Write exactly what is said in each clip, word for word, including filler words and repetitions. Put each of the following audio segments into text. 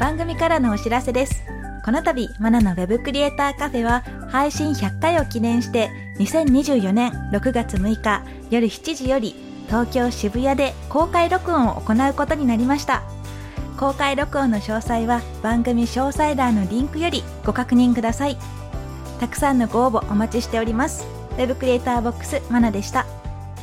番組からのお知らせです。この度マナのウェブクリエイターカフェは配信ひゃっかいを記念してにせんにじゅうよねんろくがつむいか夜しちじより東京渋谷で公開録音を行うことになりました。公開録音の詳細は番組詳細欄のリンクよりご確認ください。たくさんのご応募お待ちしております。ウェブクリエイターボックスマナでした。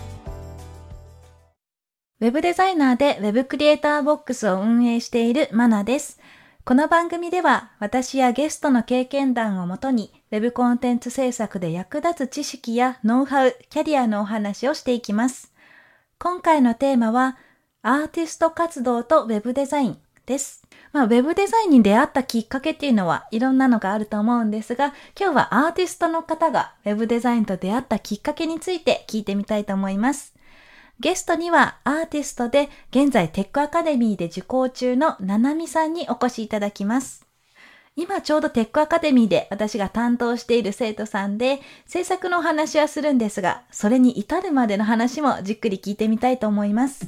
ウェブデザイナーでウェブクリエイターボックスを運営しているマナです。この番組では私やゲストの経験談をもとにウェブコンテンツ制作で役立つ知識やノウハウ、キャリアのお話をしていきます。今回のテーマはアーティスト活動とウェブデザインです。まあ、ウェブデザインに出会ったきっかけっていうのはいろんなのがあると思うんですが、今日はアーティストの方がウェブデザインと出会ったきっかけについて聞いてみたいと思います。ゲストにはアーティストで現在テックアカデミーで受講中のななみさんにお越しいただきます。今ちょうどテックアカデミーで私が担当している生徒さんで制作のお話はするんですが、それに至るまでの話もじっくり聞いてみたいと思います。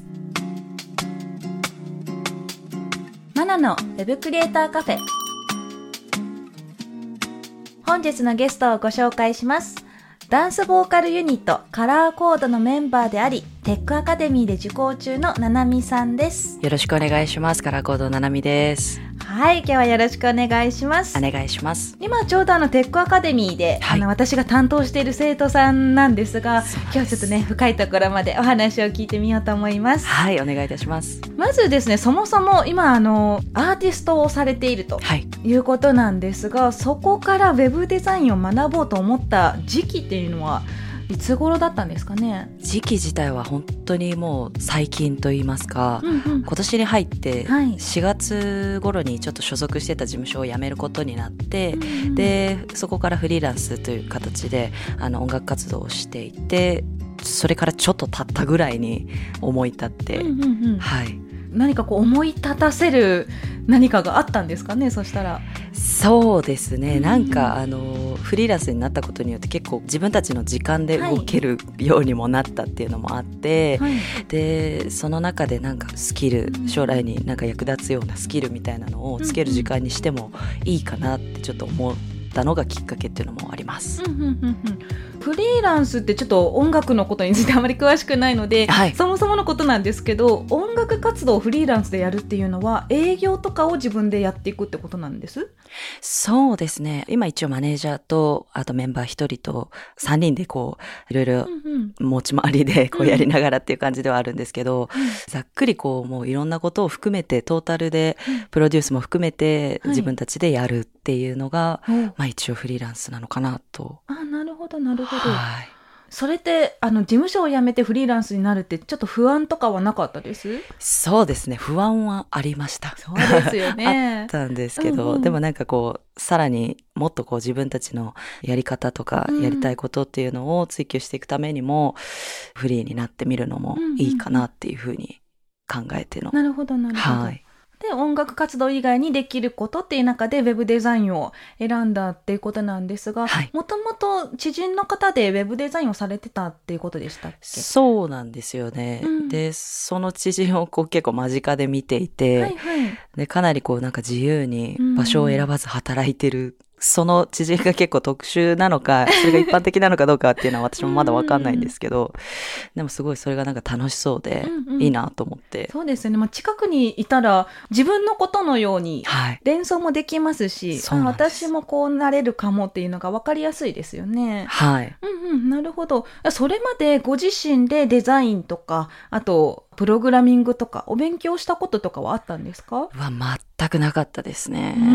マナのウェブクリエイターカフェ。本日のゲストをご紹介します。ダンスボーカルユニットカラーコードのメンバーでありテックアカデミーで受講中のななみさんです。 よろしくお願いします。カラーコードななみです。 はい、今日はよろしくお願いします。 お願いします。 今ちょうどあのテックアカデミーで、はい、あの私が担当している生徒さんなんですが、今日はちょっとね深いところまでお話を聞いてみようと思います。 はい、お願いいたします。 まずですね、そもそも今あのアーティストをされていると、はい、いうことなんですが、そこからウェブデザインを学ぼうと思った時期っていうのはいつ頃だったんですかね。 時期自体は本当にもう最近といいますか、うんうん、今年に入ってしがつ頃にちょっと所属してた事務所を辞めることになって、うんうん、でそこからフリーランスという形であの音楽活動をしていて、それからちょっと経ったぐらいに思い立って、うんうんうん、はい、 何かこう思い立たせる何かがあったんですかね。そしたらそうですね、うん、なんかあのフリーランスになったことによって結構自分たちの時間で動けるようにもなったっていうのもあって、はい、でその中でなんかスキル、将来になんか役立つようなスキルみたいなのをつける時間にしてもいいかなってちょっと思ったのがきっかけっていうのもあります。 うんうんうんうん、フリーランスってちょっと音楽のことについてあまり詳しくないので、はい、そもそものことなんですけど、音楽活動をフリーランスでやるっていうのは営業とかを自分でやっていくってことなんです？ そうですね、今一応マネージャーとあとメンバーひとりとさんにんでこういろいろ持ち回りでこうやりながらっていう感じではあるんですけど、うんうん、ざっくりこうもういろんなことを含めてトータルでプロデュースも含めて自分たちでやるっていうのが、はい、まあ一応フリーランスなのかなと。 あ、なるほどなるほど、 はい、 それってあの事務所を辞めてフリーランスになるってちょっと不安とかはなかったです？ そうですね、不安はありました。 そうですよねあったんですけど、うんうん、でもなんかこうさらにもっとこう自分たちのやり方とかやりたいことっていうのを追求していくためにも、うん、フリーになってみるのもいいかなっていうふうに考えての、 なるほどなるほど、はい、で音楽活動以外にできることっていう中でウェブデザインを選んだっていうことなんですが、もともと知人の方でウェブデザインをされてたっていうことでしたっけ？ そうなんですよね、うん、でその知人をこう結構間近で見ていて、はいはい、でかなりこうなんか自由に場所を選ばず働いてる、うん、その知人が結構特殊なのかそれが一般的なのかどうかっていうのは私もまだ分かんないんですけど、でもすごいそれがなんか楽しそうでいいなと思って、うんうん、 そうですね、まあ、近くにいたら自分のことのように連想もできますし、はい、あ私もこうなれるかもっていうのが分かりやすいですよね。 はい、 うんうん、なるほど。それまでご自身でデザインとかあとプログラミングとかお勉強したこととかはあったんですか？ うわ、全くなかったですね。 うん、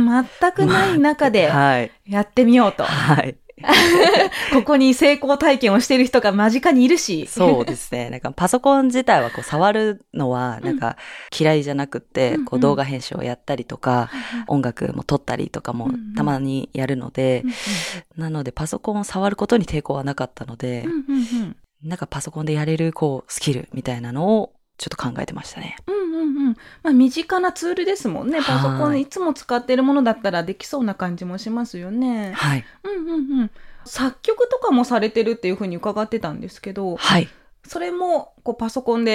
全くない中でやってみようと、 はい、 ここに成功体験をしている人が間近にいるし。 そうですね、なんかパソコン自体はこう触るのはなんか嫌いじゃなくって、うん、こう動画編集をやったりとか、うんうん、音楽も撮ったりとかもたまにやるので、うんうん、なのでパソコンを触ることに抵抗はなかったので、うんうんうん、なんかパソコンでやれるこうスキルみたいなのをちょっと考えてましたね。 うんうんうん、まあ、身近なツールですもんね。パソコンいつも使っているものだったらできそうな感じもしますよね。 はい。 うんうんうん。作曲とかもされてるっていうふうに伺ってたんですけど、 はい。 それもこうパソコンで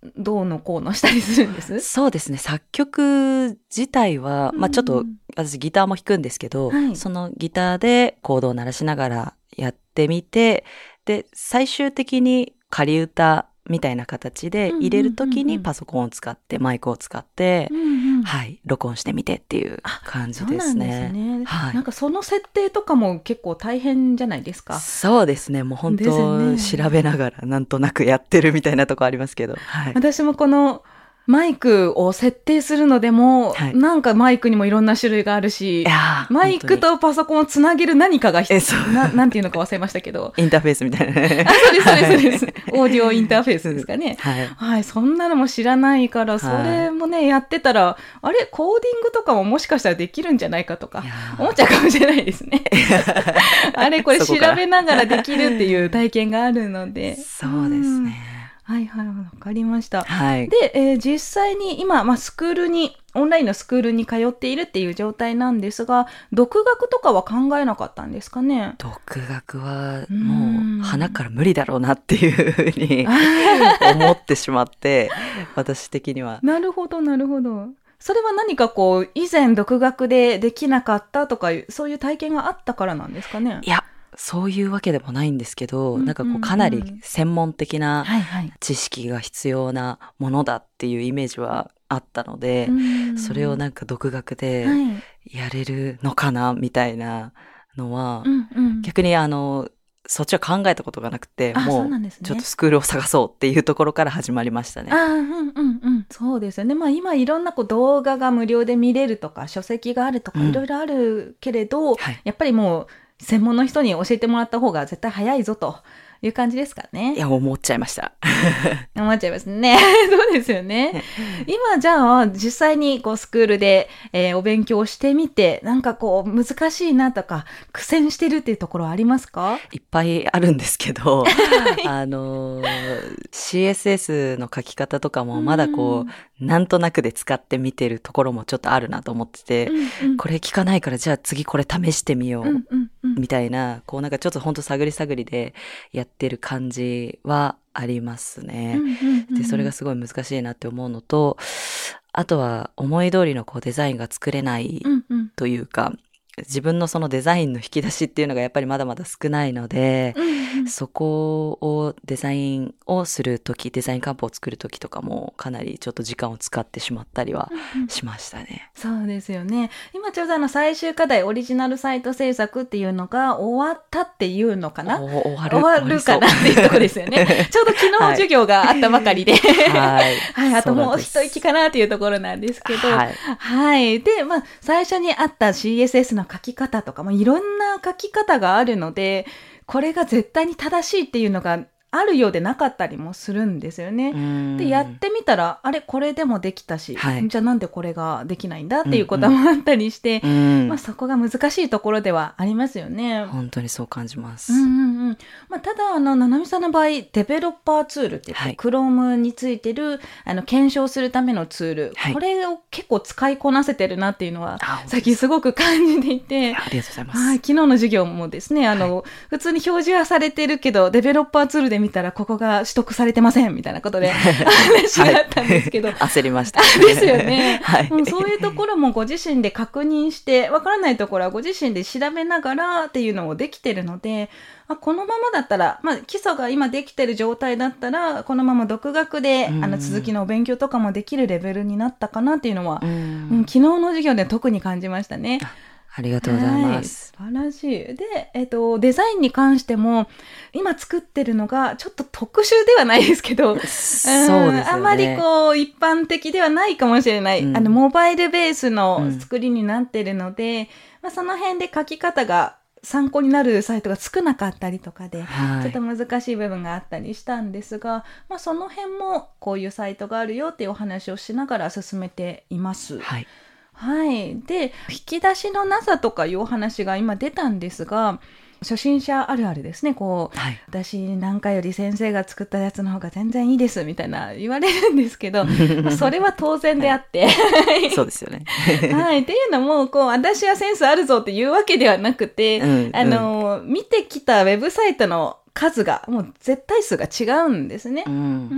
どうのこうのしたりするんです？ そうですね。作曲自体は、うん、まあちょっと私ギターも弾くんですけど、はい、そのギターでコードを鳴らしながらやってみて、で、最終的に仮歌みたいな形で入れるときにパソコンを使って、マイクを使って、うんうん、はい、録音してみてっていう感じですね。そうなんですね。はい。 なんかその設定とかも結構大変じゃないですか？ そうですね。もう本当、ね、調べながらなんとなくやってるみたいなとこありますけど。はい。 私もこのマイクを設定するのでも、はい、なんかマイクにもいろんな種類があるし、マイクとパソコンをつなげる何かが必要な、なんていうのか忘れましたけど。 インターフェースみたいなね。 あ、そうです、そうです、そうです。オーディオインターフェースですかね。はい。はい、そんなのも知らないから、それもね、やってたら、あれ、コーディングとかももしかしたらできるんじゃないかとか、思っちゃうかもしれないですね。あれ、これ調べながらできるっていう体験があるので。 そうですね。 はいはい、わかりました。 はい。 で、えー、実際に今、まあ、スクールに、オンラインのスクールに通っているっていう状態なんですが、独学とかは考えなかったんですかね？ 独学はもう鼻から無理だろうなっていうふうに思ってしまって、私的には。 なるほど、なるほど。それは何かこう、以前独学でできなかったとか、そういう体験があったからなんですかね？ いや、そういうわけでもないんですけど、うんうんうん、なんかこうかなり専門的な知識が必要なものだっていうイメージはあったので、はい、それをなんか独学でやれるのかなみたいなのは、うんうん、逆にあの、そっちは考えたことがなくて、もうちょっとスクールを探そうっていうところから始まりましたね。 あ、うんうんうん、そうですよね。まあ今いろんなこう動画が無料で見れるとか書籍があるとかいろいろあるけれど、うん、はい、やっぱりもう専門の人に教えてもらった方が絶対早いぞという感じですかね。 いや、思っちゃいました。 思っちゃいますね。そうですよね。今じゃあ実際にこうスクールで、えー、お勉強してみて、なんかこう難しいなとか苦戦してるっていうところありますか？ いっぱいあるんですけど、あのー、シーエスエス の書き方とかもまだこう、なんとなくで使ってみてるところもちょっとあるなと思ってて、うんうん、これ聞かないからじゃあ次これ試してみよう。うんうんうん、みたいな、こうなんかちょっとほんと探り探りでやってる感じはありますね。うんうんうん、で、それがすごい難しいなって思うのと、あとは思い通りのこうデザインが作れないというか、うんうん、自分のそのデザインの引き出しっていうのがやっぱりまだまだ少ないので、うんうん、そこをデザインをするとき、デザインカンプを作るときとかもかなりちょっと時間を使ってしまったりはしましたね。 うんうん、そうですよね。今ちょうどあの最終課題オリジナルサイト制作っていうのが終わったっていうのかな？終わる、終わるかなっていうところですよね。ちょうど昨日授業があったばかりで、はい、はい、あともう一息かなっていうところなんですけど、はい、はい、で、まあ最初にあった シーエスエス の書き方とかもいろんな書き方があるので、これが絶対に正しいっていうのがあるようでなかったりもするんですよね。で、やってみたら、あれこれでもできたし、はい、じゃあなんでこれができないんだっていうこともあったりして、うんうん、まあそこが難しいところではありますよね。 本当にそう感じます。 うんうんうん。まあただあのななみさんの場合、デベロッパーツールって言って、はい、Chrome についてるあの検証するためのツール、はい、これを結構使いこなせてるなっていうのは最近すごく感じていて、 ありがとうございます。 はい、昨日の授業もですね、あの、はい、普通に表示はされてるけど、デベロッパーツールで見たらここが取得されてませんみたいなことで話があったんですけど、はい、 焦りましたですよね、はい、もうそういうところもご自身で確認してわからないところはご自身で調べながらっていうのもできてるので、あ、このままだったら、まあ、基礎が今できてる状態だったらこのまま独学であの続きのお勉強とかもできるレベルになったかなっていうのは、うん、うん、昨日の授業で特に感じましたね。 ありがとうございます。 はい、素晴らしい。で、えっと、デザインに関しても、今作ってるのが、ちょっと特殊ではないですけど、そうですよね。あまりこう、一般的ではないかもしれない。うん、あの、モバイルベースの作りになってるので、うん、まあ、その辺で書き方が参考になるサイトが少なかったりとかで、はい、ちょっと難しい部分があったりしたんですが、まあ、その辺もこういうサイトがあるよっていうお話をしながら進めています。はい。はい。で、引き出しのなさとかいうお話が今出たんですが、初心者あるあるですね。こう、はい、私なんかより先生が作ったやつの方が全然いいですみたいな言われるんですけど、まあそれは当然であって、 はい、そうですよね。 はい。っていうのも、こう、私はセンスあるぞっていうわけではなくて、うん、あの、うん、見てきたウェブサイトの数がもう絶対数が違うんですね。うん、うん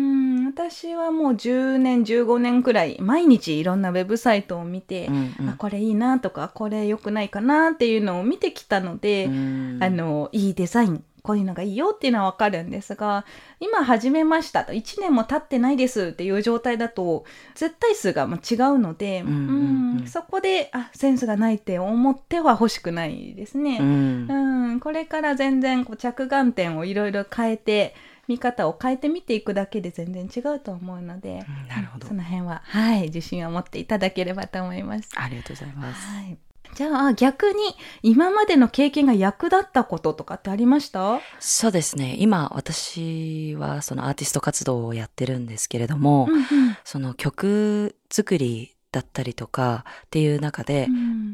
ん、私はもうじゅうねんじゅうごねんくらい毎日いろんなウェブサイトを見て、うんうん、あこれいいなとかこれ良くないかなっていうのを見てきたので、うん、あのいいデザインこういうのがいいよっていうのは分かるんですが、今始めましたといちねんも経ってないですっていう状態だと絶対数が違うので、うんうんうん、そこであセンスがないって思っては欲しくないですね、うんうん、これから全然こう着眼点をいろいろ変えて見方を変えてみていくだけで全然違うと思うので、 うん、なるほど、 その辺は、はい、自信を持っていただければと思います。 ありがとうございます、 はい、じゃあ逆に今までの経験が役立ったこととかってありました？ そうですね、今私はそのアーティスト活動をやってるんですけれども、うんうん、その曲作りだったりとかっていう中で、うん、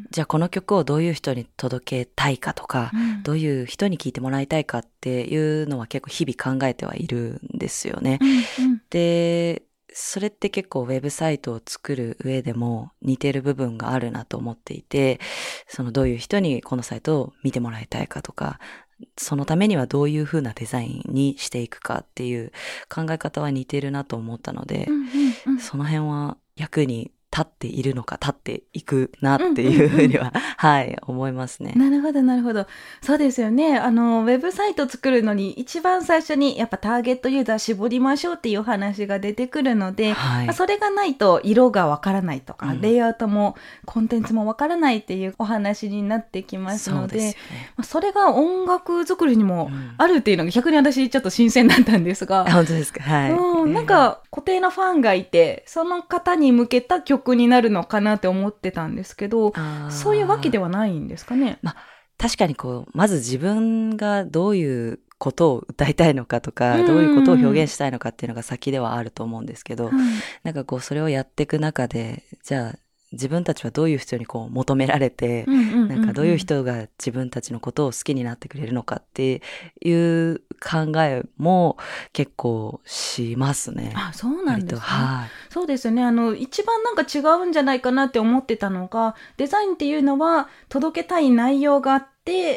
じゃあこの曲をどういう人に届けたいかとか、うん、どういう人に聴いてもらいたいかっていうのは結構日々考えてはいるんですよね、うんうん、でそれって結構ウェブサイトを作る上でも似てる部分があるなと思っていて、そのどういう人にこのサイトを見てもらいたいかとか、そのためにはどういう風なデザインにしていくかっていう考え方は似てるなと思ったので、うんうんうん、その辺は役に立っているのか立っていくなっていうふうには、うんうんうん、はい思いますね。 なるほどなるほど、そうですよね。あのウェブサイト作るのに一番最初にやっぱターゲットユーザー絞りましょうっていう話が出てくるので、はい、まあ、それがないと色がわからないとか、うん、レイアウトもコンテンツもわからないっていうお話になってきますの で, で、ね、まあ、それが音楽作りにもあるっていうのが逆に私ちょっと新鮮だったんですが、 うん、本当ですか、はい、 うん、なんか固定のファンがいてその方に向けた曲になるのかなって思ってたんですけど、そういうわけではないんですかね。 まあ、確かにこうまず自分がどういうことを歌いたいのかとか、うんうん、どういうことを表現したいのかっていうのが先ではあると思うんですけど、うん、なんかこうそれをやっていく中で、じゃあ自分たちはどういう人にこう求められて、うんうんうんうん、なんかどういう人が自分たちのことを好きになってくれるのかっていう考えも結構しますね。 あ、そうなんですね。はい、そうですね。あの一番なんか違うんじゃないかなって思ってたのが、デザインっていうのは届けたい内容があって、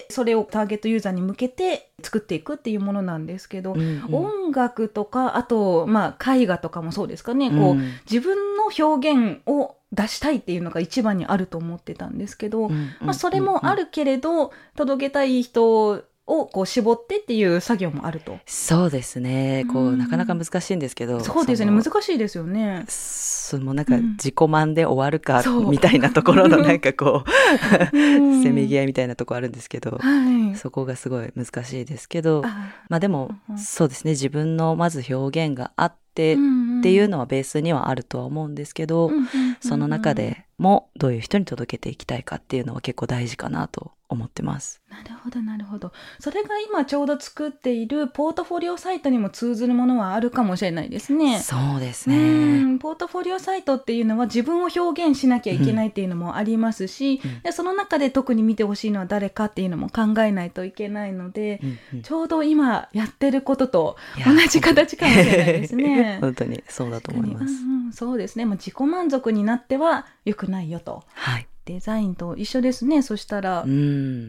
それをターゲットユーザーに向けて作っていくっていうものなんですけど、うんうん、音楽とかあとまあ絵画とかもそうですかね、うん、こう自分の表現を出したいっていうのが一番にあると思ってたんですけど、うんうんうんうん、まあ、それもあるけれど届けたい人をこう絞ってっていう作業もあると。 そうですね、こう、うん、なかなか難しいんですけど、 そうですね、難しいですよね。 そのなんか自己満で終わるかみたいなところのなんかこう、うん、せめぎ合いみたいなところあるんですけど、はい、そこがすごい難しいですけど、あまあでも、うん、そうですね、自分のまず表現があってっていうのはベースにはあるとは思うんですけど、うんうんうんうん、その中でもどういう人に届けていきたいかっていうのは結構大事かなと思ってます。 なるほどなるほど。それが今ちょうど作っているポートフォリオサイトにも通ずるものはあるかもしれないですね。 そうですね。 うんポートフォリオサイトっていうのは自分を表現しなきゃいけないっていうのもありますし、うん、でその中で特に見てほしいのは誰かっていうのも考えないといけないので、うんうん、ちょうど今やってることと同じ形かもしれないですね。 本当にそうだと思います、 うんうん、そうですね。もう自己満足になっては良くないよと、 はい、 デザインと一緒ですね。そしたら、うん、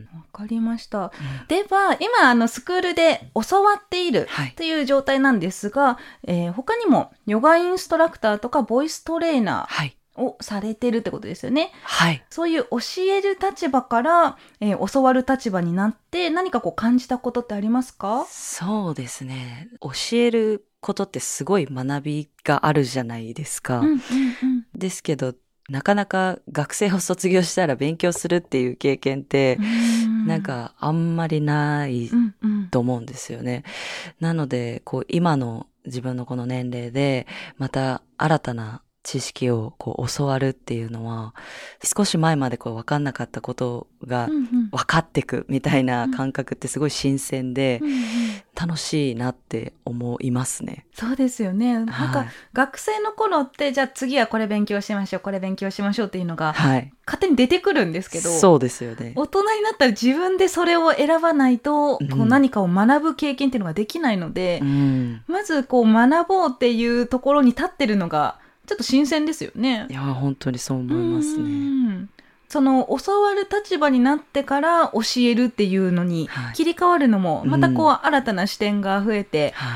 わかりました、うん、では今あのスクールで教わっているという状態なんですが、はい、えー、他にもヨガインストラクターとかボイストレーナーをされてるってことですよね。 はい、 そういう教える立場から、えー、教わる立場になって何かこう感じたことってありますか？ そうですね、教えることってすごい学びがあるじゃないですか、うんうんうん、ですけどなかなか学生を卒業したら勉強するっていう経験ってなんかあんまりないと思うんですよね、うんうん、なのでこう今の自分のこの年齢でまた新たな知識をこう教わるっていうのは少し前までこう分かんなかったことが分かってくみたいな感覚ってすごい新鮮で楽しいなって思いますね。 そうですよね。なんか学生の頃ってじゃあ次はこれ勉強しましょうこれ勉強しましょうっていうのが勝手に出てくるんですけど、 はい、そうですよね。 大人になったら自分でそれを選ばないと、うん、こう何かを学ぶ経験っていうのができないので、うん、まずこう学ぼうっていうところに立ってるのがちょっと新鮮ですよね。 いや本当にそう思いますね。うん、 その教わる立場になってから教えるっていうのに切り替わるのもまたこう新たな視点が増えて、はい、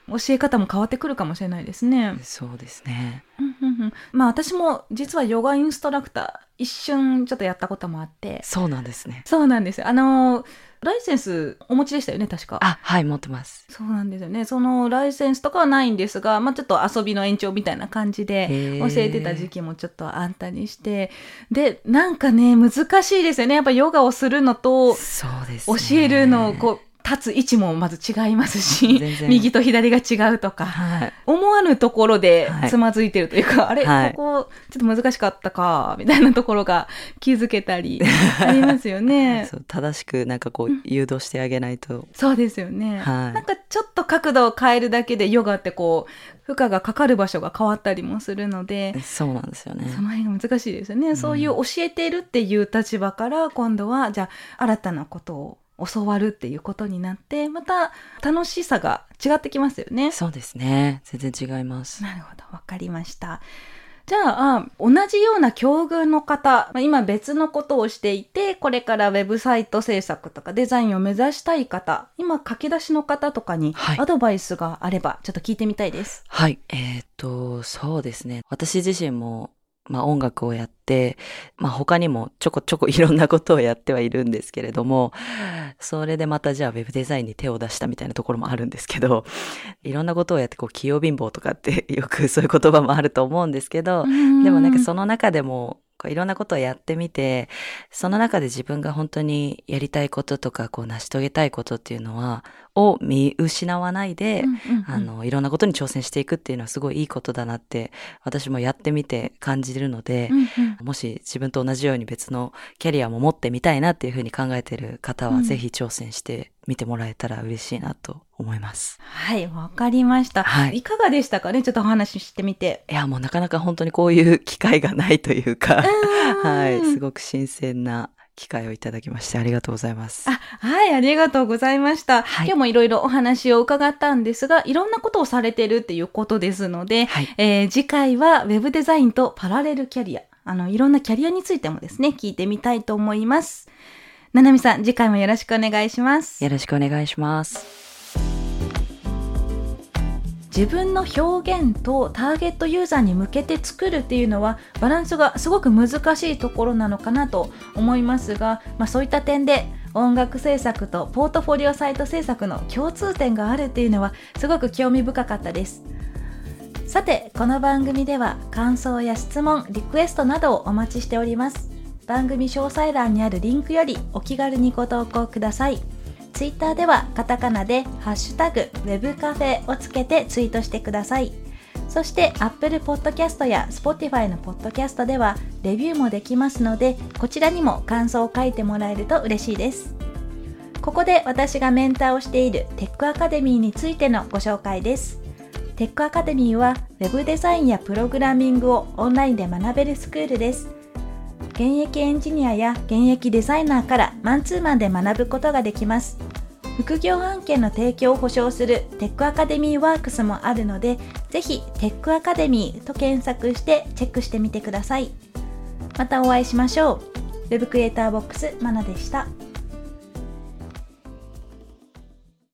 教え方も変わってくるかもしれないですね。 そうですね。 まあ私も実はヨガインストラクター一瞬ちょっとやったこともあって。 そうなんですね。 そうなんです。あのライセンスお持ちでしたよね、確か。 あ、はい、持ってます。 そうなんですよね。そのライセンスとかはないんですが、まあちょっと遊びの延長みたいな感じで教えてた時期もちょっとあったりして、で、なんかね、難しいですよね。やっぱヨガをするのと、 そうですね、 教えるのをこう、立つ位置もまず違いますし、右と左が違うとか、はい、思わぬところでつまずいてるというか、はい、あれ、ここちょっと難しかったかみたいなところが気づけたりありますよね。 そう、正しくなんかこう誘導してあげないと、うん、 そうですよね、はい、なんかちょっと角度を変えるだけでヨガってこう負荷がかかる場所が変わったりもするので、 そうなんですよね。 その辺が難しいですよね、うん、そういう教えているっていう立場から今度はじゃあ新たなことを教わるっていうことになって、また楽しさが違ってきますよね。 そうですね。全然違います。 なるほど、わかりました。じゃあ、同じような境遇の方、今別のことをしていて、これからウェブサイト制作とかデザインを目指したい方、今書き出しの方とかにアドバイスがあれば、ちょっと聞いてみたいです。 はい。えー、っと、そうですね。私自身もまあ音楽をやって、まあ他にもちょこちょこいろんなことをやってはいるんですけれども、それでまたじゃあウェブデザインに手を出したみたいなところもあるんですけど、いろんなことをやってこう器用貧乏とかってよくそういう言葉もあると思うんですけど、でもなんかその中でもこういろんなことをやってみて、その中で自分が本当にやりたいこととかこう成し遂げたいことっていうのはを見失わないで、うんうんうん、あのいろんなことに挑戦していくっていうのはすごいいいことだなって私もやってみて感じるので、うんうん、もし自分と同じように別のキャリアも持ってみたいなっていうふうに考えている方は、うん、ぜひ挑戦してみてもらえたら嬉しいなと思います。 はい、わかりました、はい。いかがでしたかね、ちょっとお話ししてみて。 いや、もうなかなか本当にこういう機会がないというか、はい、すごく新鮮な機会をいただきましてありがとうございます。 あ、はい、ありがとうございました。はい、今日もいろいろお話を伺ったんですが、いろんなことをされてるっていうことですので、はい、えー、次回はウェブデザインとパラレルキャリア、あのいろんなキャリアについてもですね、聞いてみたいと思います。ななみさん、次回もよろしくお願いします。 よろしくお願いします。 自分の表現とターゲットユーザーに向けて作るっていうのはバランスがすごく難しいところなのかなと思いますが、まあ、そういった点で音楽制作とポートフォリオサイト制作の共通点があるっていうのはすごく興味深かったです。さて、この番組では感想や質問、リクエストなどをお待ちしております。番組詳細欄にあるリンクよりお気軽にご投稿ください。ツイッターではカタカナでハッシュタグウェブカフェをつけてツイートしてください。そして Apple Podcast や Spotify のポッドキャストではレビューもできますので、こちらにも感想を書いてもらえると嬉しいです。ここで私がメンターをしているテックアカデミーについてのご紹介です。テックアカデミーはウェブデザインやプログラミングをオンラインで学べるスクールです。現役エンジニアや現役デザイナーからマンツーマンで学ぶことができます。副業案件の提供を保証するテックアカデミーワークスもあるので、ぜひテックアカデミーと検索してチェックしてみてください。またお会いしましょう。ウェブクリエイターボックスマナでした。